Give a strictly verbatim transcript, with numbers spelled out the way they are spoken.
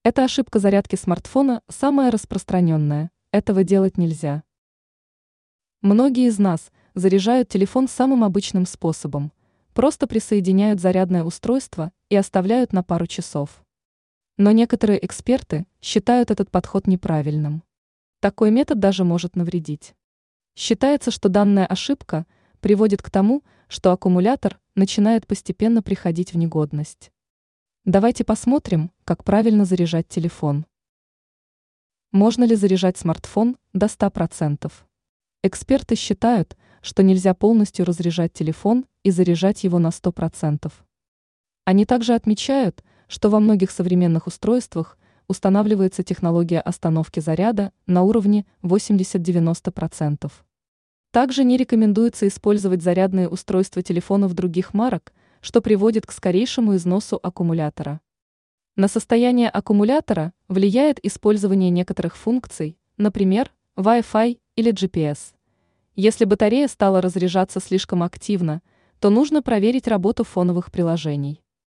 Эта ошибка зарядки смартфона самая распространенная. Этого делать нельзя. Многие из нас заряжают телефон самым обычным способом. Просто присоединяют зарядное устройство и оставляют на пару часов. Но некоторые эксперты считают этот подход неправильным. Такой метод даже может навредить. Считается, что данная ошибка приводит к тому, что аккумулятор начинает постепенно приходить в негодность. Давайте посмотрим, как правильно заряжать телефон. Можно ли заряжать смартфон до ста процентов? Эксперты считают, что нельзя полностью разряжать телефон и заряжать его на сто процентов. Они также отмечают, что во многих современных устройствах устанавливается технология остановки заряда на уровне восемьдесят-девяносто процентов. Также не рекомендуется использовать зарядные устройства телефонов других марок, что приводит к скорейшему износу аккумулятора. На состояние аккумулятора влияет использование некоторых функций, например, Wi-Fi или джи пи эс. Если батарея стала разряжаться слишком активно, то нужно проверить работу фоновых приложений.